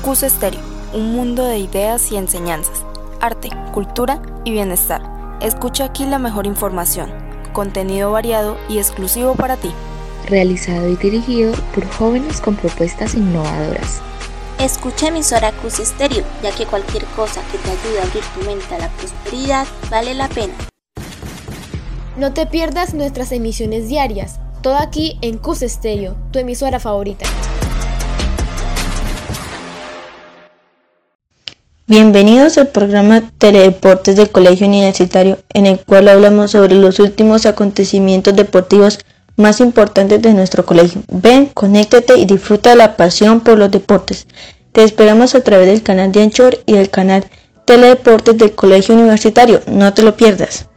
Cus Estéreo, un mundo de ideas y enseñanzas, arte, cultura y bienestar. Escucha aquí la mejor información, contenido variado y exclusivo para ti. Realizado y dirigido por jóvenes con propuestas innovadoras. Escucha emisora Cus Estéreo, ya que cualquier cosa que te ayude a abrir tu mente a la prosperidad vale la pena. No te pierdas nuestras emisiones diarias, todo aquí en Cus Estéreo, tu emisora favorita. Bienvenidos al programa Teledeportes del Colegio Universitario, en el cual hablamos sobre los últimos acontecimientos deportivos más importantes de nuestro colegio. Ven, conéctate y disfruta de la pasión por los deportes. Te esperamos a través del canal de Anchor y del canal Teledeportes del Colegio Universitario. No te lo pierdas.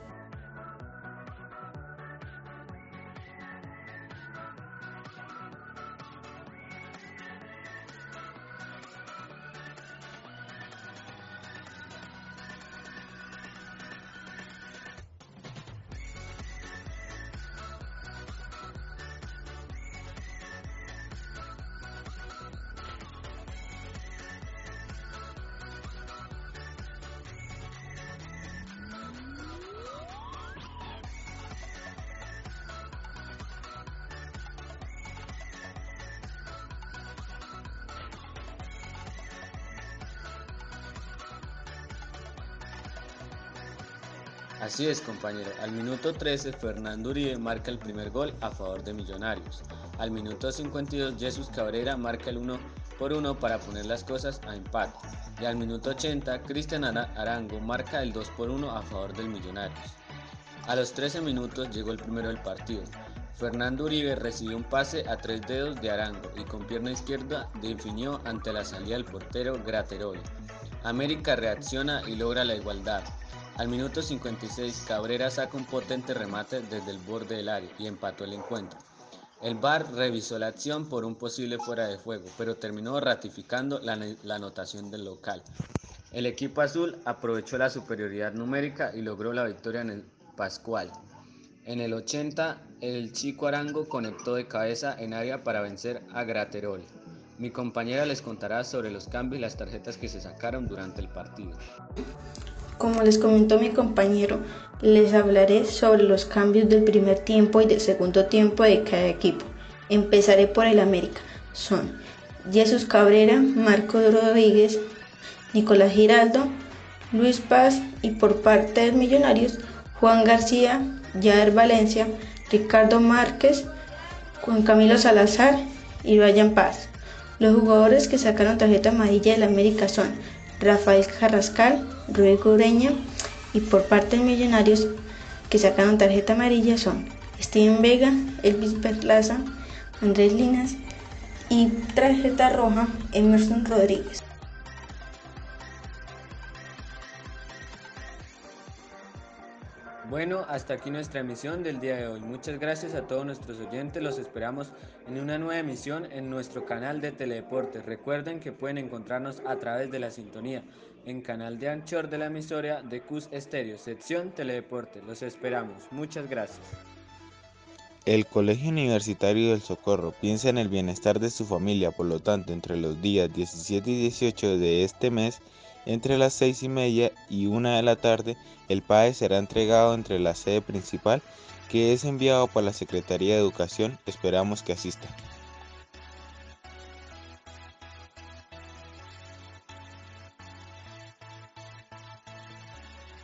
Así es, compañero. Al minuto 13, Fernando Uribe marca el primer gol a favor de Millonarios. Al minuto 52, Jesús Cabrera marca el 1-1 para poner las cosas a empate. Y al minuto 80, Cristian Arango marca el 2-1 a favor del Millonarios. A los 13 minutos llegó el primero del partido. Fernando Uribe recibió un pase a 3 dedos de Arango y con pierna izquierda definió ante la salida del portero Graterol. América reacciona y logra la igualdad. Al minuto 56, Cabrera saca un potente remate desde el borde del área y empató el encuentro. El VAR revisó la acción por un posible fuera de juego, pero terminó ratificando la anotación del local. El equipo azul aprovechó la superioridad numérica y logró la victoria en el Pascual. En el 80, el Chico Arango conectó de cabeza en área para vencer a Graterol. Mi compañera les contará sobre los cambios y las tarjetas que se sacaron durante el partido. Como les comentó mi compañero, les hablaré sobre los cambios del primer tiempo y del segundo tiempo de cada equipo. Empezaré por el América. Son Jesús Cabrera, Marco Rodríguez, Nicolás Giraldo, Luis Paz y por parte de Millonarios, Juan García, Yader Valencia, Ricardo Márquez, Juan Camilo Salazar y Ryan Paz. Los jugadores que sacaron tarjeta amarilla del América son Rafael Carrascal, Rodrigo Ureña y por parte de Millonarios que sacaron tarjeta amarilla son Steven Vega, Elvis Perlaza, Andrés Linas y tarjeta roja Emerson Rodríguez. Bueno, hasta aquí nuestra emisión del día de hoy. Muchas gracias a todos nuestros oyentes. Los esperamos en una nueva emisión en nuestro canal de Teledeportes. Recuerden que pueden encontrarnos a través de la sintonía en canal de Anchor de la emisora de Cus Estéreo, sección Teledeportes. Los esperamos. Muchas gracias. El Colegio Universitario del Socorro piensa en el bienestar de su familia, por lo tanto, entre los días 17 y 18 de este mes, entre las 6:30 y 1 de la tarde, el PAE será entregado entre la sede principal, que es enviado por la Secretaría de Educación. Esperamos que asistan.